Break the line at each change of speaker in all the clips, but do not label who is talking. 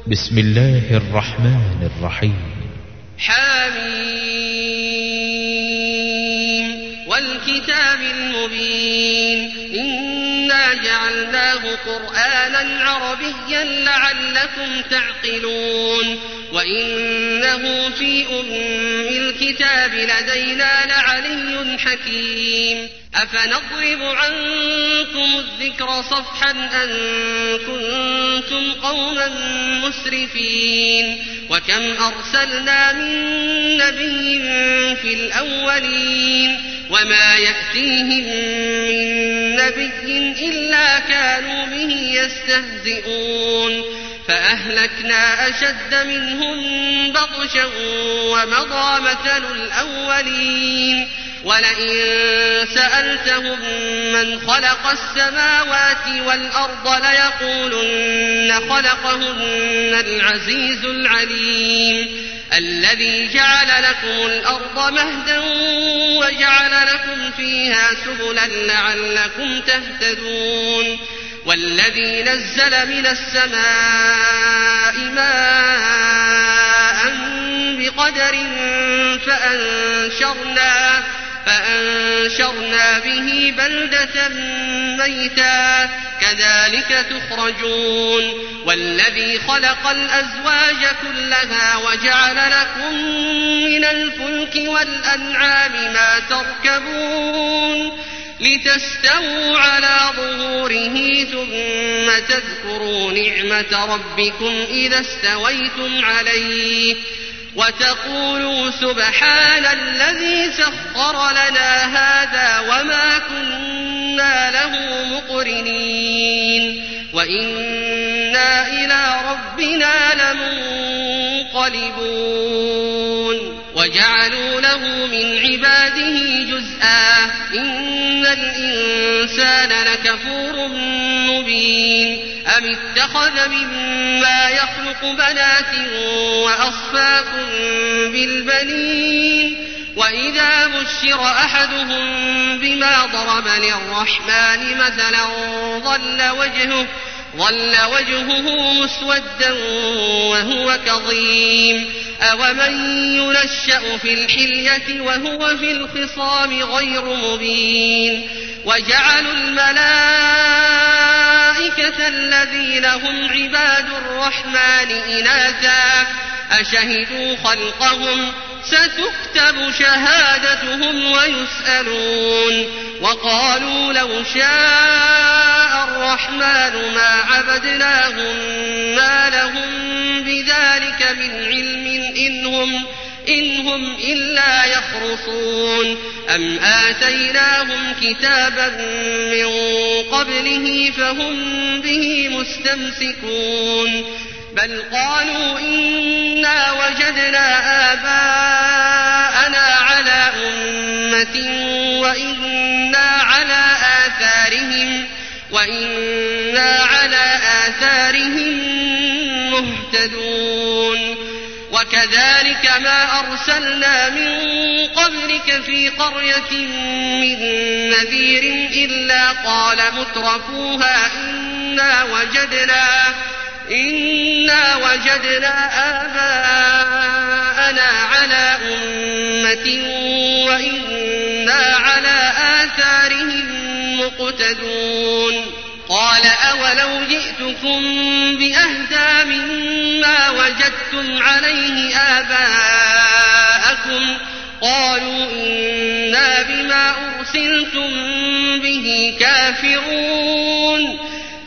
بسم الله الرحمن الرحيم.
حميم والكتاب المبين إنا جعلناه قرآنا عربيا لعلكم تعقلون وإنه في الكتاب لدينا لعلي حكيم. أفنضرب عنكم الذكر صفحا أن كنتم قوما مسرفين وكم أرسلنا من نبي في الأولين وما يأتيهم من نبي إلا كانوا به يستهزئون فأهلكنا أشد منهم بطشا ومضى مثل الأولين ولئن سألتهم من خلق السماوات والأرض ليقولن خلقهن العزيز العليم الذي جعل لكم الأرض مهدا وجعل لكم فيها سبلا لعلكم تهتدون والذي نزل من السماء ماء بقدر فأنشرنا به بلدة ميتا كذلك تخرجون والذي خلق الأزواج كلها وجعل لكم من الفلك والأنعام ما تركبون لتستووا على ظهوره ثم تذكروا نعمة ربكم إذا استويتم عليه وتقولوا سبحان الذي سخر لنا هذا وما كنا له مقرنين وإنا إلى ربنا لمنقلبون وجعلوا له من عباده جزءا إن الإنسان لكفور مبين أم اتخذ مما يخلق بنات وأصفاكم بالبنين وإذا بشر أحدهم بما ضرب للرحمن مثلا ظل وجهه مسودا وهو كظيم أومن ينشأ في الحلية وهو في الخصام غير مبين وجعلوا الملائكة الذين هم عباد الرحمن إناثا أشهدوا خلقهم ستكتب شهادتهم ويسألون وقالوا لو شاء الرحمن ما عبدناهم ما لهم بذلك من علم إن هم إلا يخرصون أم آتيناهم كتابا من قبله فهم به مستمسكون بل قالوا إنا وجدنا آباءنا على أمة وإنا على آثارهم مهتدون وكذلك ما أرسلنا من قبلك في قرية من نذير إلا قال مترفوها إنا وجدنا آباءنا على أمة وإنا على آثارهم مقتدون قال أولو جئتكم بأهدى مما وجدتم عليه آباءكم قالوا إنا بما أرسلتم به كافرون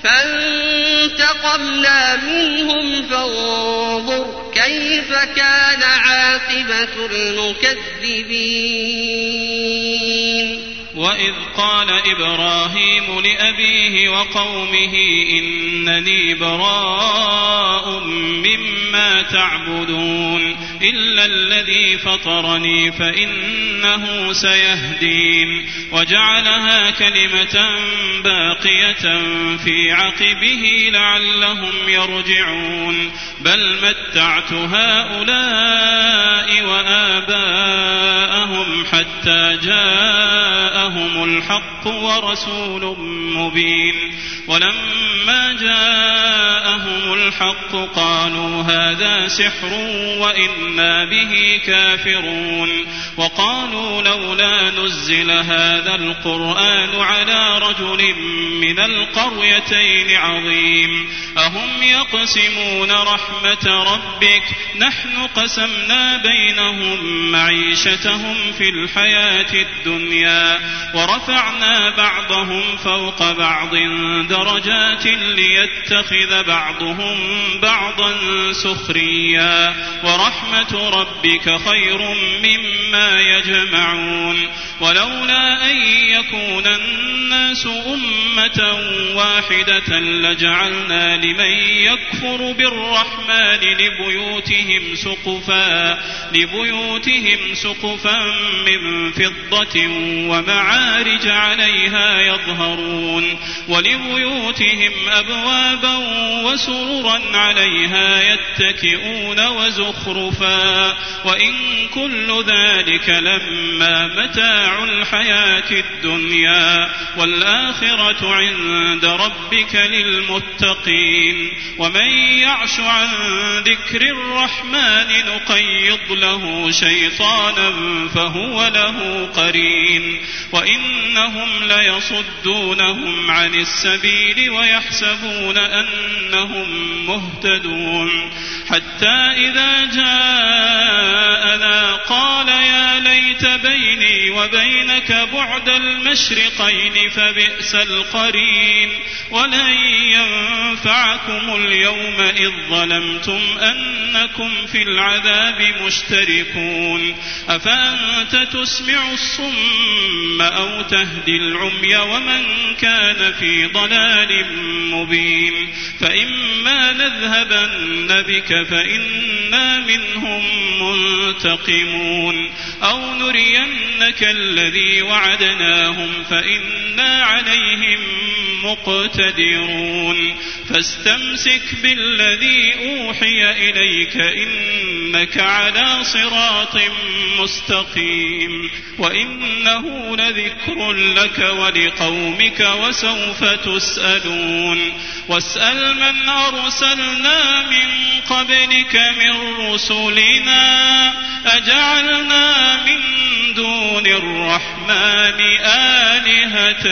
فانتقمنا منهم فانظر كيف كان عاقبة المكذبين
وإذ قال إبراهيم لأبيه وقومه إنني براء مما تعبدون إلا الذي فطرني فإنه سيهدين وجعلها كلمة باقية في عقبه لعلهم يرجعون بل متعت هؤلاء وآباءهم حتى جاءهم الحق الحق ورسول مبين. ولما جاءهم الحق قالوا هذا سحر وإنا به كافرون. وقالوا لولا نزل هذا القرآن على رجل من القريتين عظيم أهم يقسمون رحمة ربك نحن قسمنا بينهم معيشتهم في الحياة الدنيا ورفعنا بعضهم فوق بعض درجات ليتخذ بعضهم بعضا سخريا ورحمة ربك خير مما يجمعون. ولولا أن يكون الناس أمة واحدة لجعلنا لمن يكفر بالرحمن لبيوتهم سقفا من فضة ومعارج عليها يظهرون ولبيوتهم أبوابا وسررا عليها يتكئون وزخرفا وإن كل ذلك لما متاع الحياة الدنيا والآخرة عند ربك للمتقين. ومن يعش عن ذكر الرحمن نقيض له شيطانا فهو له قرين وإنهم ليصدونهم عن السبيل ويحسبون أنهم مهتدون. حتى إذا جاءنا قال يا ليت بيني وبينك بعد المشرقين فبئس القرين. ولن ينفعكم اليوم إذ ظلمتم أنكم في العذاب مشتركون. أفأنت تسمع الصم أو تهدي العمي ومن كان في ضلال مبين. فإما نذهبن بك فإنا منهم منتقمون أو نرينك الذي وعدناهم فإنا عليهم مقتدرون. فاستمسك بالذي أوحي إليك إنك على صراط مستقيم وإنه لذكر لك ولقومك وسوف تسألون. واسأل من أرسلنا من قبلك من رسلنا أجعلنا من دون الرحمن آلهة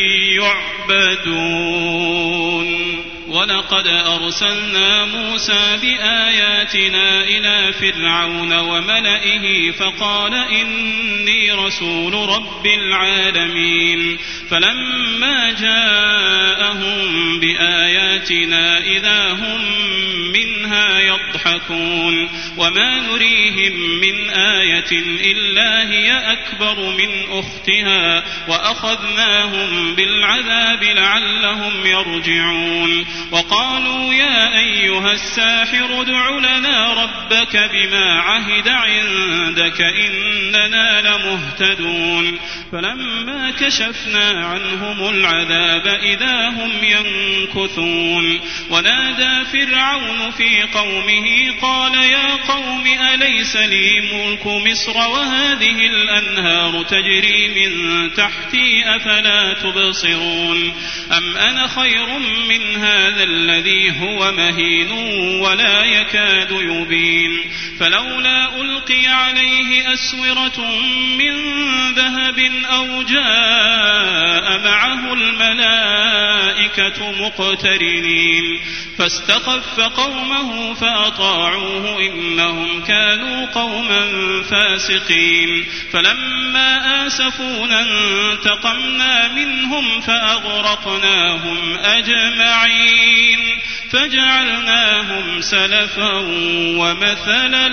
يعبدون. ولقد أرسلنا موسى بآياتنا إلى فرعون وملئه فقال إني رسول رب العالمين. فلما جاءهم بآياتنا إذا هم منها يضحكون وما نريهم من آية إلا هي أكبر من أختها وأخذناهم بالعذاب لعلهم يرجعون. وقالوا يا أيها الساحر ادع لنا ربك بما عهد عندك إننا لمهتدون. فلما كشفنا عنهم العذاب إذا هم ينكثون. ونادى فرعون في قومه قال يا قوم أليس لي ملك مصر وهذه الأنهار تجري من تحتي أفلا تبصرون. أم أنا خير من هذا الذي هو مهين ولا يكاد يبين. فلولا ألقي عليه أسورة من ذهب أو جاء معه الملائكة مقترنين. فاستخف قومه فأطاعوه إنهم كانوا قوما فاسقين. فلما آسفونا انتقمنا منهم فأغرقناهم أجمعين فجعلناهم سلفا ومثلا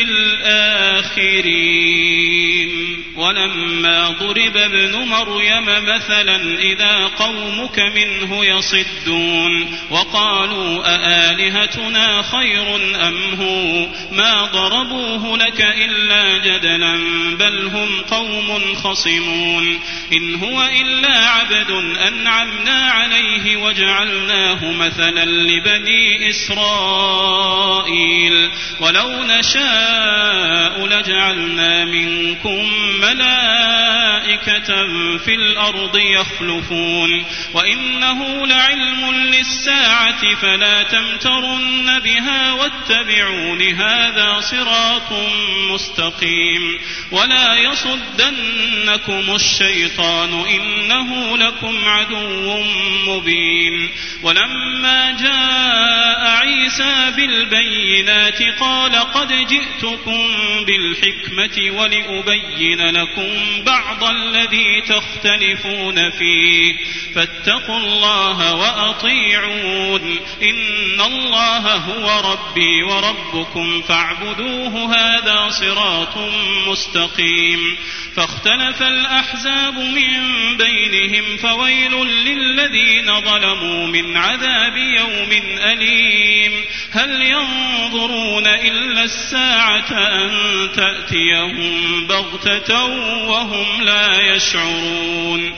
للآخرين. ولما ضرب ابن مريم مثلا إذا قومك منه يصدون وقالوا أآلهتنا خير أم هو ما ضربوه لك إلا جدلا بل هم قوم خصمون. إن هو إلا عبد أنعمنا عليه وجعلناه مثلا لبني إسرائيل. ولو نشاء لجعلنا منكم ملائكة في الأرض يخلفون وإنه لعلم للساعة فلا تمترن بها واتبعون هذا صراط مستقيم ولا يصدنكم الشيطان إنه لكم عدو مبين. ولما جاء عيسى بالبينات قال قد جئتكم بالحكمة ولأبين لكم بعض الذي تختلفون فيه فاتقوا الله وأطيعون إن الله هو ربي وربكم فاعبدوه هذا صراط مستقيم. فاختلف الأحزاب من بينهم فويل للذين ظلموا من عذاب يوم أليم. هل ينظرون إلا الساعة أن تأتيهم بغتة وهم لا يشعرون.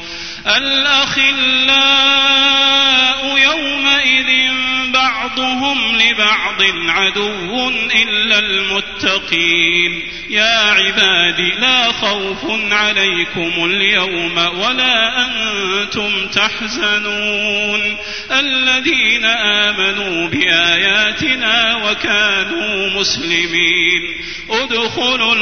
الأخلاء يومئذ بعضهم لبعض عدو إلا المتقين. يا عباد لا خوف عليكم اليوم ولا أنتم تحزنون الذين آمنوا بآياتنا وكانوا مسلمين ادخلوا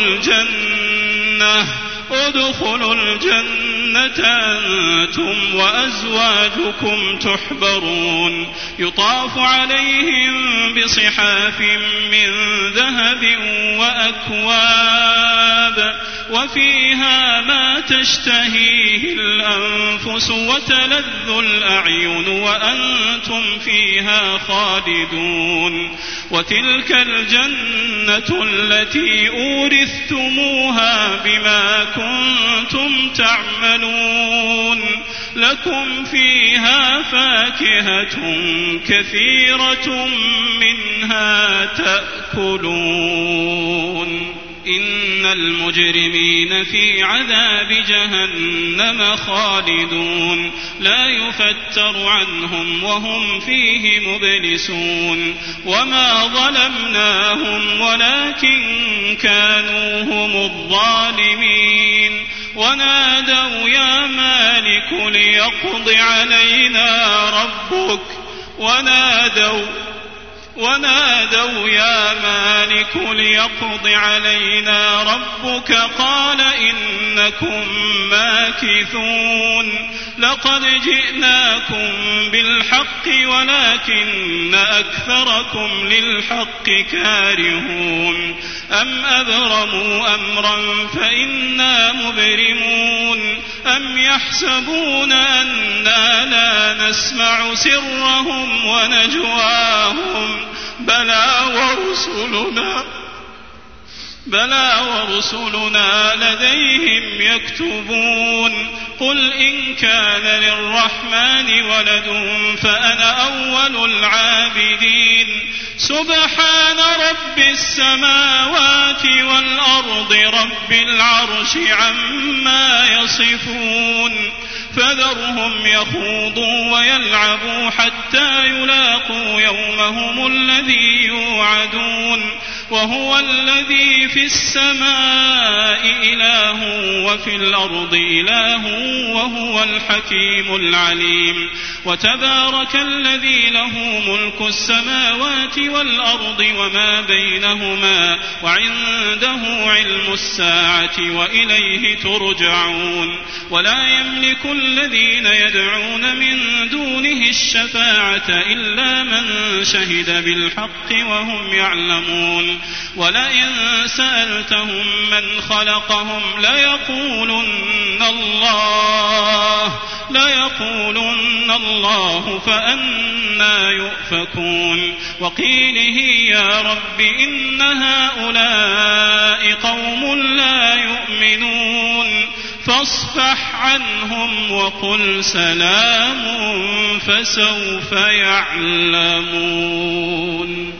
الجنة أنتم وأزواجكم تحبرون يطاف عليهم بصحاف من ذهب وأكواب وفيها ما تشتهيه الأنفس وتلذ الأعين وأنتم فيها خالدون. وتلك الجنة التي أورثتموها بما كنتم تعملون لكم فيها فاكهة كثيرة منها تأكلون. إن المجرمين في عذاب جهنم خالدون لا يفتر عنهم وهم فيه مبلسون. وما ظلمناهم ولكن كانوا هم الظالمين. ونادوا يا مالك ليقض علينا ربك ونادوا يا مالك ليقض علينا ربك قال إنكم ماكثون. لقد جئناكم بالحق ولكن أكثركم للحق كارهون. أم أبرموا أمرا فإنا مبرمون. أم يحسبون أنا لا نسمع سرهم ونجواهم بلى ورسلنا لديهم يكتبون. قل إن كان للرحمن ولد فأنا أول العابدين. سبحان رب السماوات والأرض رب العرش عما يصفون. فذرهم يخوضوا ويلعبوا حتى يلاقوا يومهم الذي يوعدون. وهو الذي في السماء إله وفي الأرض إله وهو الحكيم العليم. وتبارك الذي له ملك السماوات والأرض وما بينهما وعنده علم الساعة وإليه ترجعون. ولا يملك الذين يدعون من دونه الشفاعة إلا من شهد بالحق وهم يعلمون. ولئن سألتهم من خلقهم ليقولن الله فأنى يؤفكون. وقيله يا رب إن هؤلاء قوم لا يؤمنون فاصفح عنهم وقل سلام فسوف يعلمون.